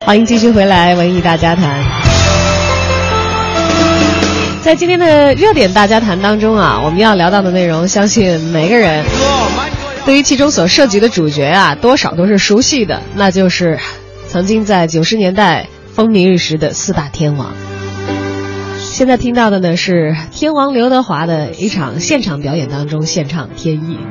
欢迎继续回来文艺大家谈。在今天的热点大家谈当中啊，我们要聊到的内容，相信每个人对于其中所涉及的主角啊，多少都是熟悉的，那就是曾经在90年代风靡一时的四大天王。现在听到的呢是天王刘德华的一场现场表演当中献唱《天意》。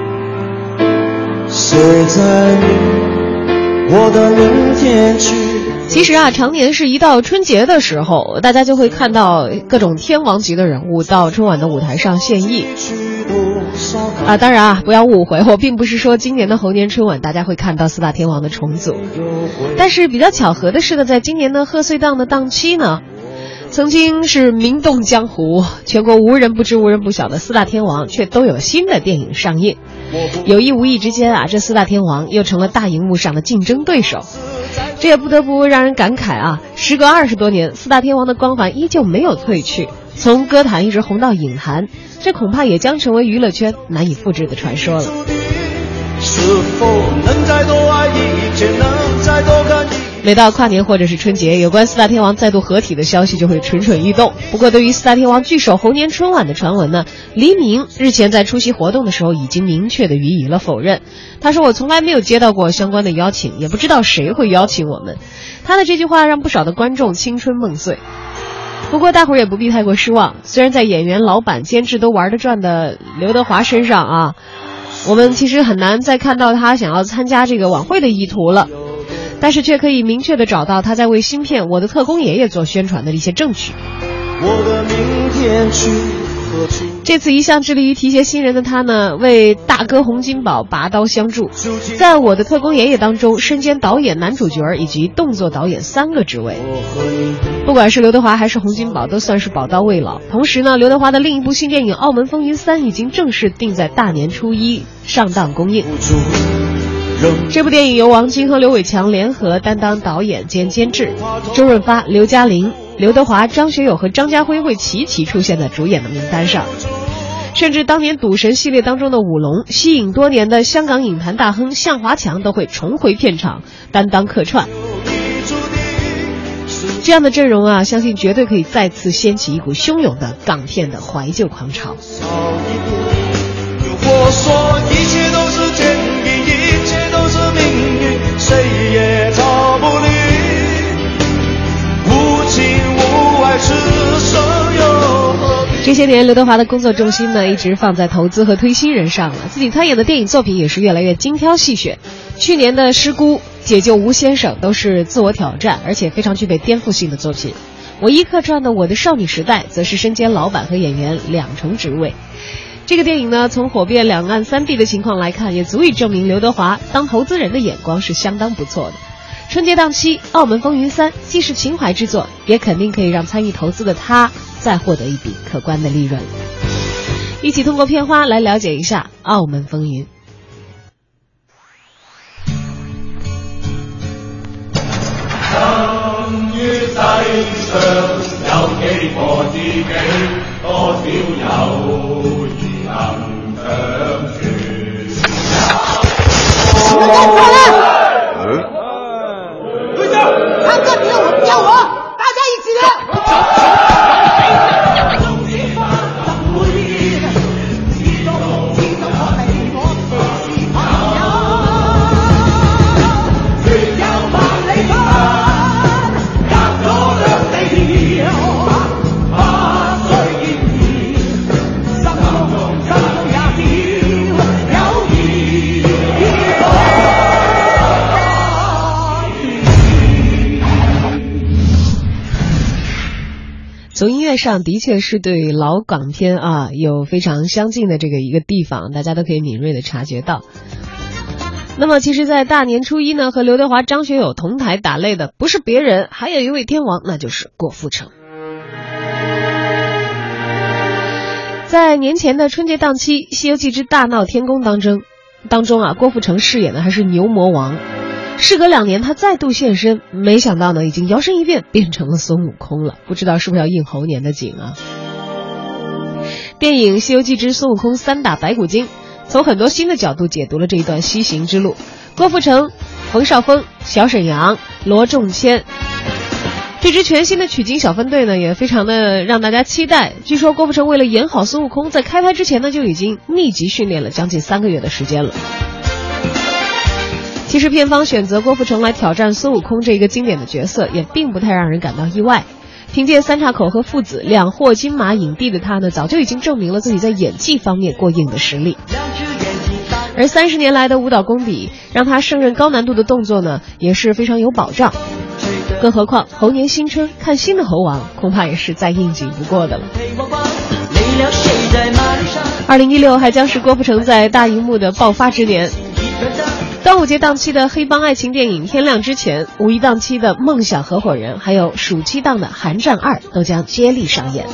谁在我的明天去。 其实啊，常年是一到春节的时候，大家就会看到各种天王级的人物到春晚的舞台上献艺啊。当然啊，不要误会，我并不是说今年的猴年春晚大家会看到四大天王的重组，但是比较巧合的是呢，在今年的贺岁档的档期呢，曾经是名动江湖，全国无人不知无人不晓的四大天王却都有新的电影上映。有意无意之间啊，这四大天王又成了大荧幕上的竞争对手。这也不得不让人感慨啊，时隔20多年，四大天王的光环依旧没有褪去，从歌坛一直红到影坛，这恐怕也将成为娱乐圈难以复制的传说了。 是否能再多爱一天，能再多看一。 每到跨年或者是春节，有关四大天王再度合体的消息就会蠢蠢欲动。不过对于四大天王聚首猴年春晚的传闻呢，黎明日前在出席活动的时候已经明确的予以了否认。他说，我从来没有接到过相关的邀请，也不知道谁会邀请我们。他的这句话让不少的观众青春梦碎。不过大伙儿也不必太过失望，虽然在演员、老板、监制都玩得转的刘德华身上啊，我们其实很难再看到他想要参加这个晚会的意图了，但是却可以明确地找到他在为新片《我的特工爷爷》做宣传的一些证据。 我的明天去何处？ 这次一向致力于提携新人的他呢，为大哥洪金宝拔刀相助，在《我的特工爷爷》当中身兼导演、男主角以及动作导演3个职位。不管是刘德华还是洪金宝，都算是宝刀未老。同时呢，刘德华的另一部新电影《澳门风云3》已经正式定在大年初1上档公映。这部电影由王晶和刘伟强联合担当导演兼监制，周润发、刘嘉玲、刘德华、张学友和张家辉会齐齐出现在主演的名单上。甚至当年赌神系列当中的舞龙，吸引多年的香港影坛大亨向华强都会重回片场担当客串。这样的阵容啊，相信绝对可以再次掀起一股汹涌的港片的怀旧狂潮。 我说一切都是天意，一切都是命运，谁也逃不离。无情无爱，此生又何必。 这些年刘德华的工作重心呢，一直放在投资和推新人上了，自己参演的电影作品也是越来越精挑细选。去年的《师姑》《解救吴先生》都是自我挑战而且非常具备颠覆性的作品。唯一客串的《我的少女时代》则是身兼老板和演员2重职位。这个电影呢，从火遍两岸3地的情况来看，也足以证明刘德华当投资人的眼光是相当不错的。春节档期《澳门风云3》既是情怀之作，也肯定可以让参与投资的他再获得一笔可观的利润。一起通过片花来了解一下《澳门风云》。 生於世上有幾個知己，多少友誼能長存。 你们干什么？队长，他哥别我，大家一起来！ 从音乐上的确是对老港片啊有非常相近的这个一个地方，大家都可以敏锐的察觉到。那么其实在大年初1呢，和刘德华、张学友同台打擂的不是别人，还有一位天王，那就是郭富城。在年前的春节档期《西游记之大闹天宫》当中啊，郭富城饰演的还是牛魔王。事隔2年，他再度现身，没想到呢，已经摇身一变变成了孙悟空了。不知道是不是要应猴年的景啊？电影《西游记之孙悟空3打白骨精》从很多新的角度解读了这一段西行之路。郭富城冯绍峰、小沈阳、罗仲谦。这支全新的取经小分队呢，也非常的让大家期待。据说郭富城为了演好孙悟空，在开拍之前呢，就已经密集训练了将近3个月的时间了。其实片方选择郭富城来挑战孙悟空这个经典的角色，也并不太让人感到意外。凭借三岔口和父子2获金马影帝的他呢，早就已经证明了自己在演技方面过硬的实力。而30年来的舞蹈功底，让他胜任高难度的动作呢，也是非常有保障。更何况猴年新春看新的猴王，恐怕也是再应景不过的了。2016还将是郭富城在大荧幕的爆发之年。端午节档期的黑帮爱情电影《天亮之前》，五一档期的《梦想合伙人》，还有暑期档的《寒战2》都将接力上演。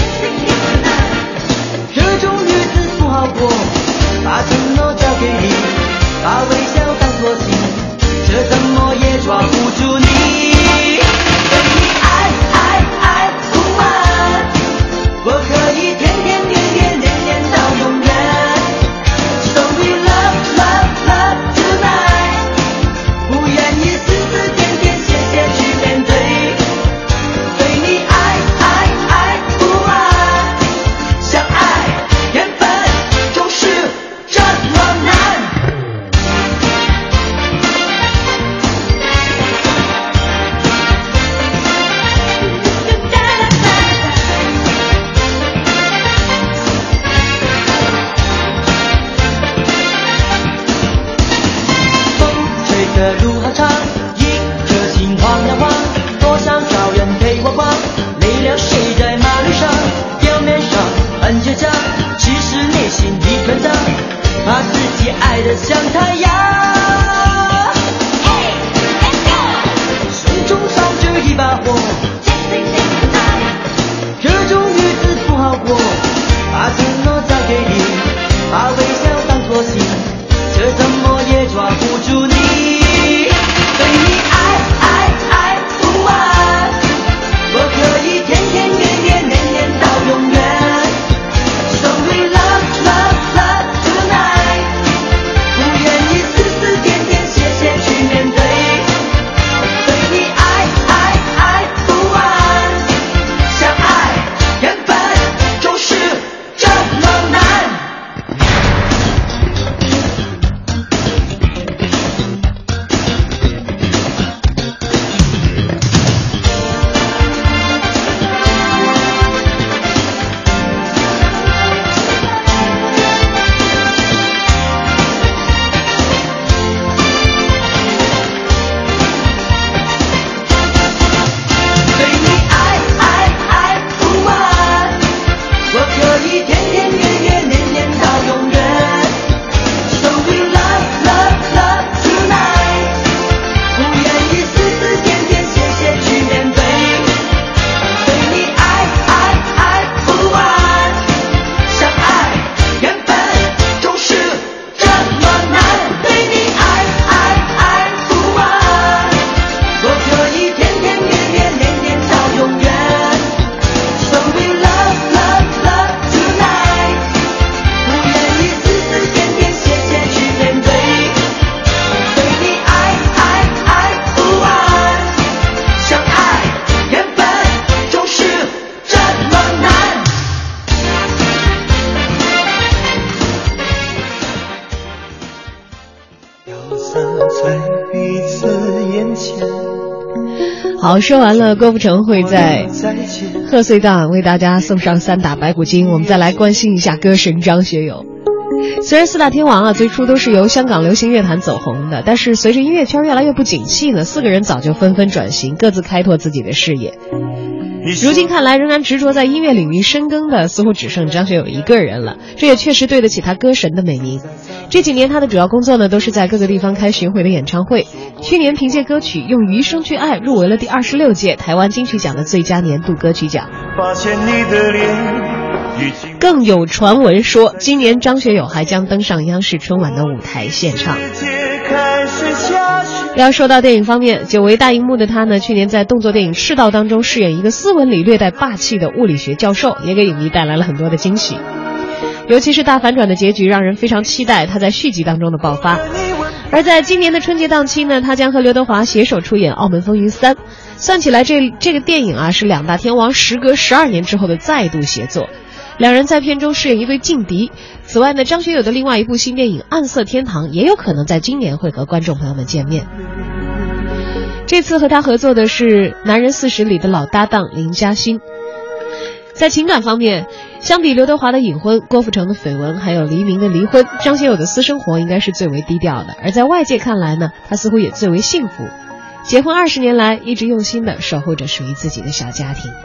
这种日子不好过，把承诺交给你，把微笑当作信，这怎么也抓不住你。对你爱不完，我可以天天月月年年到永远。So we love tonight， 不愿意丝丝点点谢谢去面对。对你爱不完，相爱缘分就是这么难。的路好长，一颗心晃呀晃，多想找人陪我逛。累了睡在马路上，表面上很倔强，其实内心一团糟，把自己爱得像太阳。Hey, let's go！ 胸中烧着一把火，这种日子不好过，把承诺交给你，把微笑当作信，这怎么也抓不住你。对你爱不完，我可以天天月月年年到永远。So we love tonight， 不愿意丝丝点点谢谢去面对。对你爱不完，相爱缘分就是这么难。 好，说完了郭富城会在贺岁档为大家送上3打白骨精，我们再来关心一下歌神张学友。虽然4大天王啊最初都是由香港流行乐坛走红的，但是随着音乐圈越来越不景气呢，4个人早就纷纷转型，各自开拓自己的事业。如今看来，仍然执着在音乐领域深耕的似乎只剩张学友一个人了，这也确实对得起他歌神的美名。这几年他的主要工作呢，都是在各个地方开巡回的演唱会。去年凭借歌曲《用余生去爱》入围了第26届台湾金曲奖的最佳年度歌曲奖。 发现你的脸更有传闻说，今年张学友还将登上央视春晚的舞台献唱。要说到电影方面，久违大荧幕的他呢，去年在动作电影《赤道》当中饰演一个斯文里略带霸气的物理学教授，也给影迷带来了很多的惊喜。尤其是大反转的结局让人非常期待他在续集当中的爆发。 而在今年的春节档期呢，他将和刘德华携手出演《澳门风云3》。算起来，这个电影啊，是两大天王时隔12年之后的再度协作。两人在片中饰演一对劲敌。此外呢，张学友的另外一部新电影《暗色天堂》也有可能在今年会和观众朋友们见面。这次和他合作的是《男人40》里的老搭档林嘉欣。在情感方面，相比刘德华的隐婚、郭富城的绯闻，还有黎明的离婚，张学友的私生活应该是最为低调的。而在外界看来呢，他似乎也最为幸福。结婚20年来，一直用心地守护着属于自己的小家庭。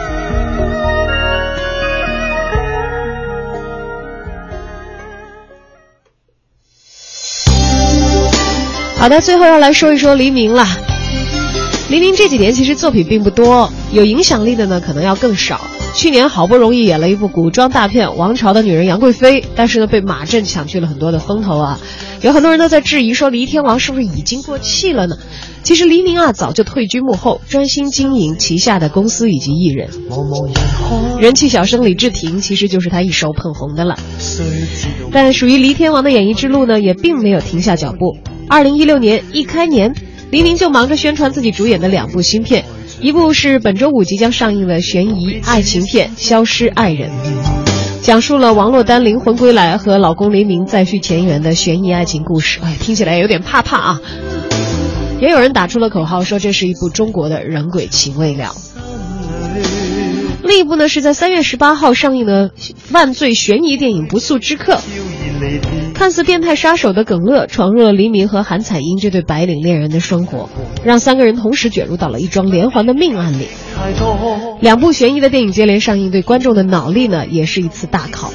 好的，最后要来说一说黎明了。黎明这几年其实作品并不多，有影响力的呢可能要更少。去年好不容易演了一部古装大片《王朝的女人杨贵妃》，但是呢被马震抢去了很多的风头啊。有很多人都在质疑说黎天王是不是已经过气了呢？其实黎明啊早就退居幕后，专心经营旗下的公司以及艺人。人气小生李治廷其实就是他一手捧红的了。但属于黎天王的演艺之路呢也并没有停下脚步。2016年一开年，黎明就忙着宣传自己主演的2部新片，一部是本周5即将上映的悬疑爱情片《消失爱人》，讲述了王珞丹灵魂归来和老公黎明再续前缘的悬疑爱情故事。听起来有点怕啊。也有人打出了口号说这是一部中国的人鬼情未了。另一部呢是在3月18号上映的犯罪悬疑电影《不速之客》。看似变态杀手的耿乐闯入了黎明和韩彩英这对白领恋人的生活，让3个人同时卷入到了一桩连环的命案里。2部悬疑的电影接连上映，对观众的脑力呢也是一次大考。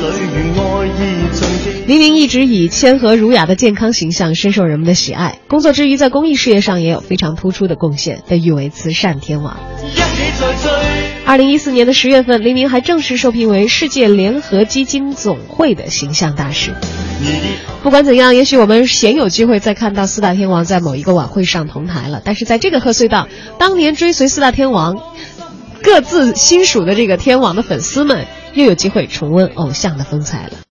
黎明一直以谦和儒雅的健康形象深受人们的喜爱，工作之余在公益事业上也有非常突出的贡献，被誉为慈善天王。2014年的10月份，黎明还正式受聘为世界联合基金总会的形象大使。不管怎样，也许我们鲜有机会再看到4大天王在某一个晚会上同台了。但是在这个贺岁档，当年追随4大天王各自新属的这个天王的粉丝们，又有机会重温偶像的风采了。